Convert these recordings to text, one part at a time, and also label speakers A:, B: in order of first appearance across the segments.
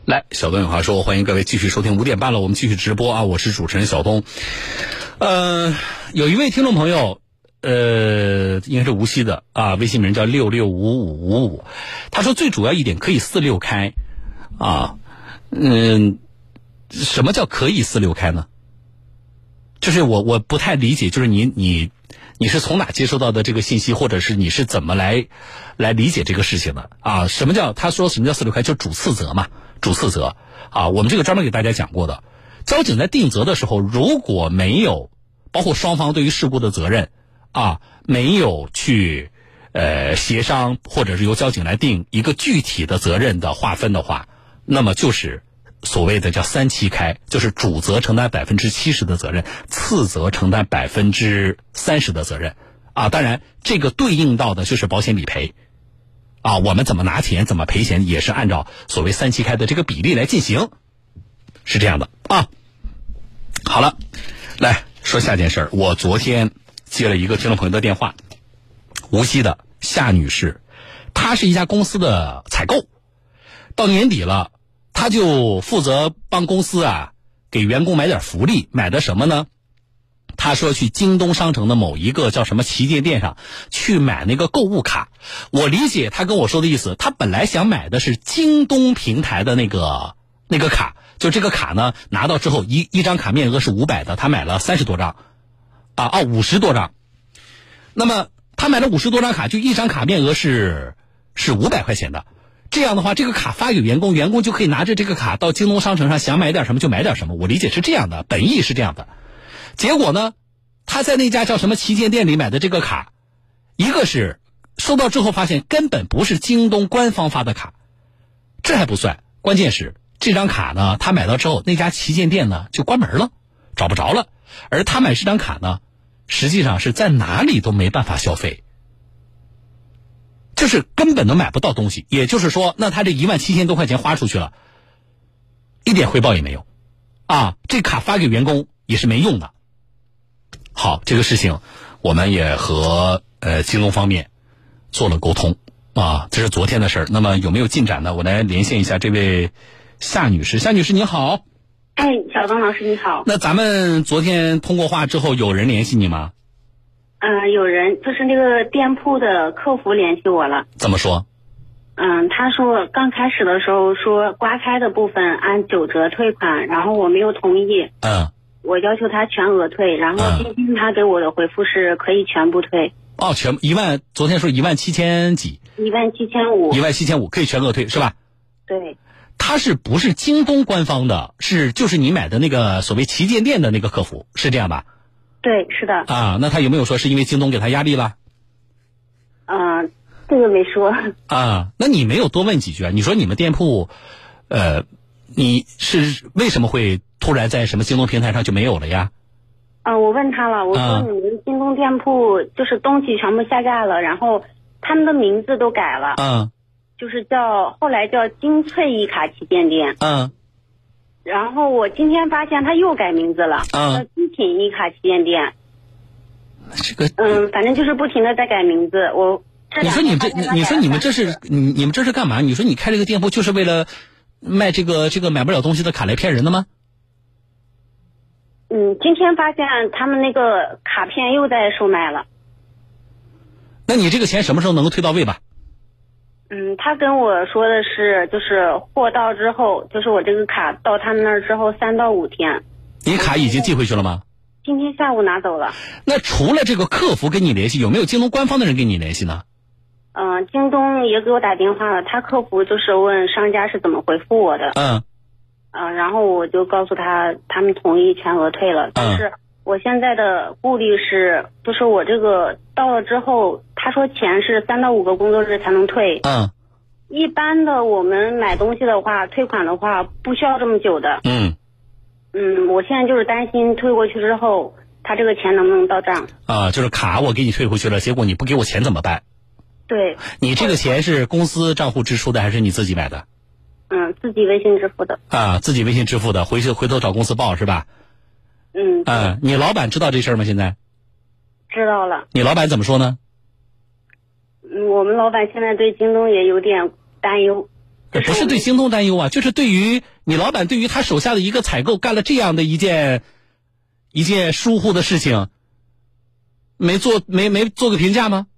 A: 来，小东有话说，欢迎各位继续收听5点半了，我们继续直播啊！我是主持人小东。有一位听众朋友，应该是无锡的啊，微信名叫665555，他说最主要一点可以46开啊，什么叫可以46开呢？就是我不太理解，就是你是从哪接收到的这个信息，或者是你是怎么来理解这个事情的啊？他说什么叫46开，就主次责嘛，主次责啊。我们这个专门给大家讲过的，交警在定责的时候，如果没有包括双方对于事故的责任啊，没有去协商，或者是由交警来定一个具体的责任的划分的话，那么就是所谓的叫3七开，就是主责承担70%的责任，次责承担30%的责任啊。当然，这个对应到的就是保险理赔啊。我们怎么拿钱，怎么赔钱，也是按照所谓3七开的这个比例来进行，是这样的啊。好了，来说下件事儿。我昨天接了一个听众朋友的电话，无锡的夏女士，她是一家公司的采购，到年底了。他就负责帮公司啊给员工买点福利，买的什么呢？他说去京东商城的某一个叫什么旗舰店上去买那个购物卡。我理解他跟我说的意思，他本来想买的是京东平台的那个卡，就这个卡呢拿到之后一张卡面额是500的，他买了30多张50多张。那么他买了50多张卡，就一张卡面额是500块钱的。这样的话，这个卡发给员工，员工就可以拿着这个卡到京东商城上想买点什么就买点什么。我理解是这样的，本意是这样的。结果呢，他在那家叫什么旗舰店里买的这个卡，一个是收到之后发现根本不是京东官方发的卡，这还不算，关键是这张卡呢，他买到之后那家旗舰店呢就关门了，找不着了。而他买这张卡呢，实际上是在哪里都没办法消费，就是根本都买不到东西。也就是说，那他这17000多块钱花出去了，一点回报也没有啊！这卡发给员工也是没用的。好，这个事情我们也和京东方面做了沟通啊，这是昨天的事儿。那么有没有进展呢？我来连线一下这位夏女士。夏女士你好。
B: 哎，小东老师你好。
A: 那咱们昨天通过话之后，有人联系你吗？
B: 有人，就是那个店铺的客服联系我了。
A: 怎么说？
B: 他说刚开始的时候说刮开的部分按9折退款，然后我没有同意。我要求他全额退，然后今天他给我的回复是可以全部退。
A: 哦，昨天说17000几
B: ？17500。
A: 17500可以全额退是吧？
B: 对。
A: 他是不是京东官方的？就是你买的那个所谓旗舰店的那个客服，是这样吧？
B: 对，是的。
A: 啊，那他有没有说是因为京东给他压力了？
B: 这个没说。
A: 啊，那你没有多问几句啊？你说你们店铺，你是为什么会突然在什么京东平台上就没有了呀？
B: 我问他了，我说你们京东店铺就是东西全部下架了，然后他们的名字都改了。就是后来叫精粹一卡旗舰店。然后我今天发现他又改名字了，叫精品一卡旗舰店。
A: 这个
B: 反正就是不停的在改名字。
A: 你说你们这是干嘛？你说你开这个店铺就是为了卖这个买不了东西的卡来骗人的吗？
B: 今天发现他们那个卡片又在售卖了。
A: 那你这个钱什么时候能够退到位吧？
B: 他跟我说的是，就是货到之后，就是我这个卡到他们那儿之后3到5天。
A: 你卡已经寄回去了吗？
B: 今天下午拿走了。
A: 那除了这个客服跟你联系，有没有京东官方的人跟你联系呢？
B: 京东也给我打电话了，他客服就是问商家是怎么回复我的。然后我就告诉他们同意全额退了。但是我现在的顾虑是，就是我这个到了之后，他说钱是3到5个工作日才能退。一般的我们买东西的话，退款的话不需要这么久的。我现在就是担心退过去之后，他这个钱能不能到账？
A: 就是卡我给你退回去了，结果你不给我钱怎么办？
B: 对。
A: 你这个钱是公司账户支出的还是你自己买的？
B: 自己微信支付的。
A: 自己微信支付的，回头找公司报是吧？你老板知道这事儿吗？现在
B: 知道了。
A: 你老板怎么说呢？
B: 我们老板现在对京东也有点担忧。
A: 不是对京东担忧啊，就是对于你老板对于他手下的一个采购干了这样的一件疏忽的事情，没做个评价吗？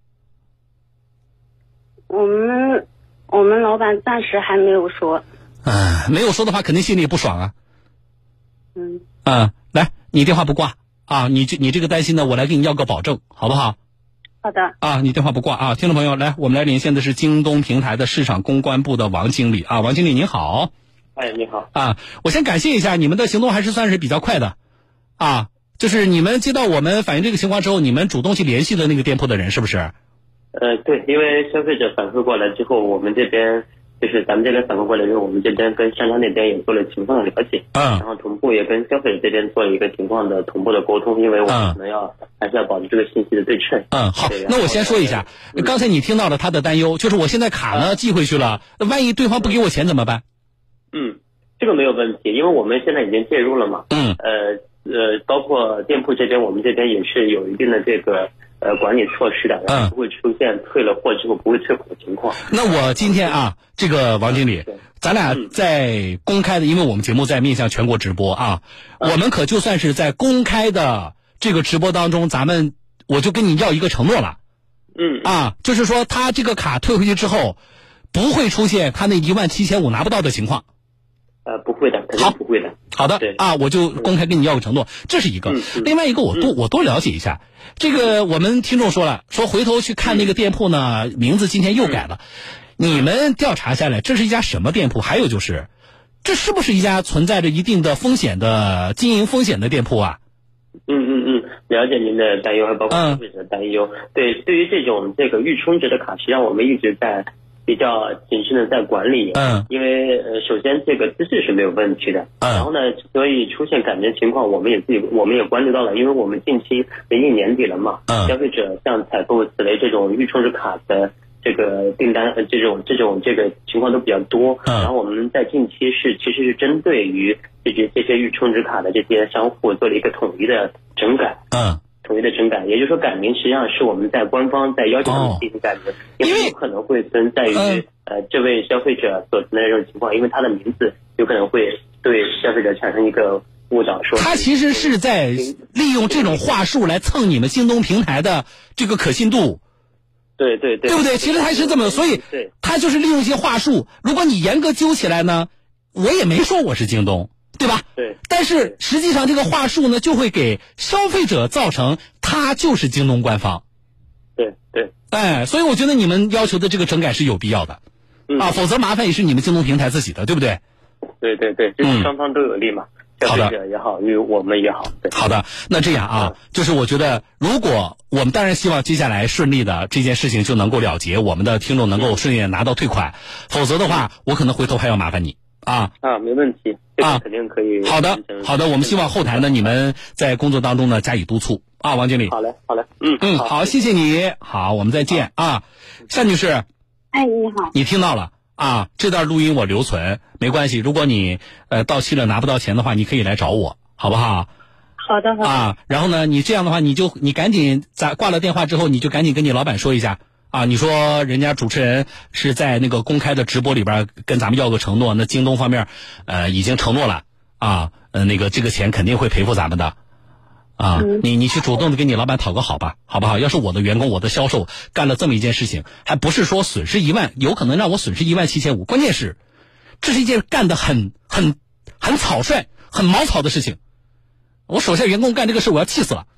B: 我们老板暂时还没有说。
A: 没有说的话，肯定心里不爽啊。来，你电话不挂啊，你这个担心呢，我来给你要个保证，好不好？
B: 好的。
A: 你电话不挂啊，听众朋友，来，我们来连线的是京东平台的市场公关部的王经理啊，王经理您好。
C: 你好。
A: 我先感谢一下你们的行动，还是算是比较快的就是你们接到我们反映这个情况之后，你们主动去联系的那个店铺的人是不是？
C: 对，因为消费者反馈过来之后，我们这边就是咱们这边反馈过来之后，我们这边跟商家那边也做了情况的了解，然后同步也跟消费者这边做了一个情况的同步的沟通，因为我们可能还是要保持这个信息的对称。
A: 好，那我先说一下，刚才你听到了他的担忧，就是我现在卡呢寄回去了，那万一对方不给我钱怎么办？
C: 这个没有问题，因为我们现在已经介入了嘛。包括店铺这边，我们这边也是有一定的这个管理措施的，然后不会出现退了货之后不会退款的情况。
A: 那我今天这个王经理，咱俩在公开的，因为我们节目在面向全国直播我们可就算是在公开的这个直播当中，我就跟你要一个承诺了。就是说他这个卡退回去之后，不会出现他那17500拿不到的情况。
C: 不会的，肯定不会的。
A: 好的我就公开跟你要个承诺，这是一个。另外一个我多了解一下，这个我们听众说了，说回头去看那个店铺呢，名字今天又改了。你们调查下来，这是一家什么店铺？还有就是，这是不是一家存在着一定的风险的经营风险的店铺啊？
C: 了解您的担忧，还包括消费者的担忧。对于这个预充值的卡，实际上我们一直在比较谨慎的在管理。因为首先这个资质是没有问题的。然后呢，所以出现改名情况，我们也关注到了，因为我们近期临近年底了嘛，消费者像采购此类这种预充值卡的这个订单这种这个情况都比较多。然后我们在近期其实是针对于这些预充值卡的这些商户做了一个统一的整改。也就是说改名实际上是我们在官方在要求他们进行改名，因为有可能会存在于这位消费者所存在的这种情况，因为他的名字有可能会对消费者产生一个误导，说
A: 他其实是在利用这种话术来蹭你们京东平台的这个可信度。
C: 对
A: 不对？其实他是这么，所以他就是利用一些话术。如果你严格揪起来呢，我也没说我是京东，对吧？
C: 对。
A: 但是实际上这个话术呢，就会给消费者造成他就是京东官方。
C: 对。
A: 所以我觉得你们要求的这个整改是有必要的。否则麻烦也是你们京东平台自己的，对不对？
C: 对，就是双方都有利嘛。消费者也好，与我们也好。
A: 好的，那这样就是我觉得，如果我们当然希望接下来顺利的这件事情就能够了结，我们的听众能够顺利的拿到退款，否则的话，我可能回头还要麻烦你
C: 没问题，这个肯定可以。
A: 好的，我们希望后台呢，你们在工作当中呢加以督促王经理。
C: 好嘞，
A: 好，谢谢你。好，我们再见夏女士。
B: 你好。
A: 你听到了。这段录音我留存，没关系。如果你到期了拿不到钱的话，你可以来找我，好不好？
B: 好的。
A: 然后呢，你这样的话，你赶紧挂了电话之后，你就赶紧跟你老板说一下你说人家主持人是在那个公开的直播里边跟咱们要个承诺，那京东方面已经承诺了那个这个钱肯定会赔付咱们的。你去主动的跟你老板讨个好吧，好不好？要是我的员工，我的销售干了这么一件事情，还不是说损失1万，有可能让我损失17500，关键是这是一件干得很草率、很毛草的事情。我手下员工干这个事，我要气死了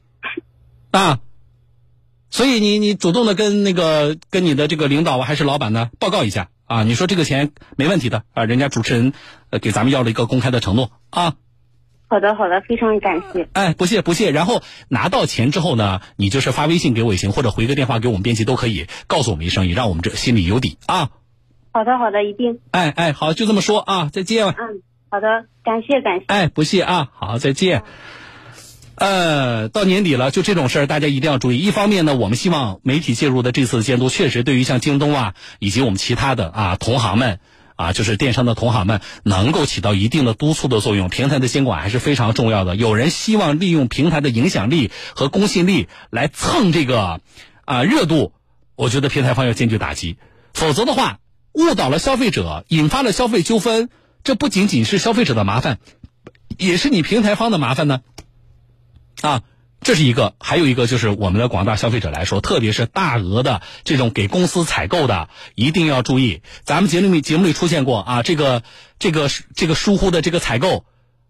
A: 所以你主动的跟你的这个领导还是老板呢报告一下你说这个钱没问题的人家主持人给咱们要了一个公开的承诺
B: 好的，非常感谢。
A: 不谢。然后拿到钱之后呢，你就是发微信给我也行，或者回个电话给我们编辑都可以，告诉我们一声，也让我们这心里有底
B: 好的，一定。
A: 好，就这么说再见。
B: 好的，感谢。
A: 不谢好，再见。到年底了，就这种事儿大家一定要注意。一方面呢，我们希望媒体介入的这次监督，确实对于像京东以及我们其他的同行们就是电商的同行们能够起到一定的督促的作用，平台的监管还是非常重要的。有人希望利用平台的影响力和公信力来蹭这个热度，我觉得平台方要坚决打击，否则的话误导了消费者，引发了消费纠纷，这不仅仅是消费者的麻烦，也是你平台方的麻烦呢。这是一个，还有一个就是我们的广大消费者来说，特别是大额的这种给公司采购的，一定要注意。咱们节目里出现过这个疏忽的这个采购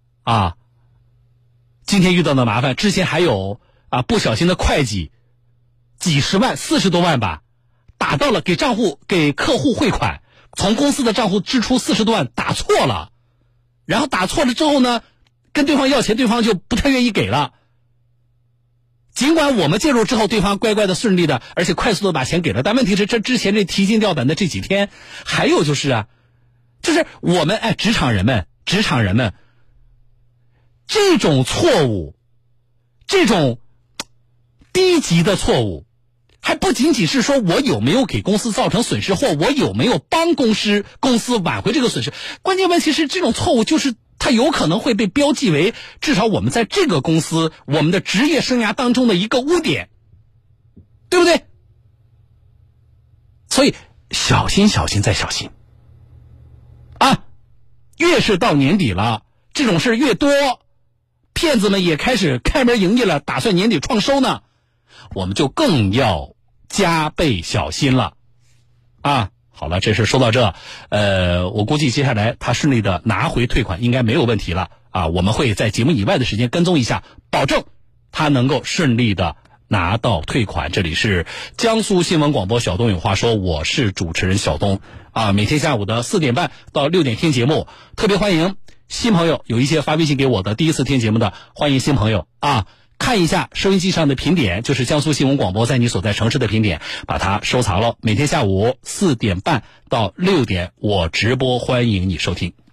A: 今天遇到的麻烦，之前还有不小心的会计几十万40多万吧，打到了给客户汇款，从公司的账户支出40多万打错了，然后打错了之后呢，跟对方要钱，对方就不太愿意给了。尽管我们介入之后，对方乖乖的顺利的，而且快速的把钱给了，但问题是这之前这提心吊胆的这几天，还有就是我们职场人们这种错误，这种低级的错误，还不仅仅是说我有没有给公司造成损失，或我有没有帮公司挽回这个损失，关键问题是这种错误就是它有可能会被标记为至少我们在这个公司我们的职业生涯当中的一个污点，对不对？所以小心再小心越是到年底了，这种事越多，骗子们也开始开门营业了，打算年底创收呢，我们就更要加倍小心了好了，这事说到这，我估计接下来他顺利的拿回退款应该没有问题了我们会在节目以外的时间跟踪一下，保证他能够顺利的拿到退款。这里是江苏新闻广播小东有话说，我是主持人小东每天下午的4点半到6点听节目，特别欢迎新朋友，有一些发微信给我的第一次听节目的，欢迎新朋友看一下收音机上的评点，就是江苏新闻广播在你所在城市的评点，把它收藏了。每天下午4点半到6点我直播，欢迎你收听。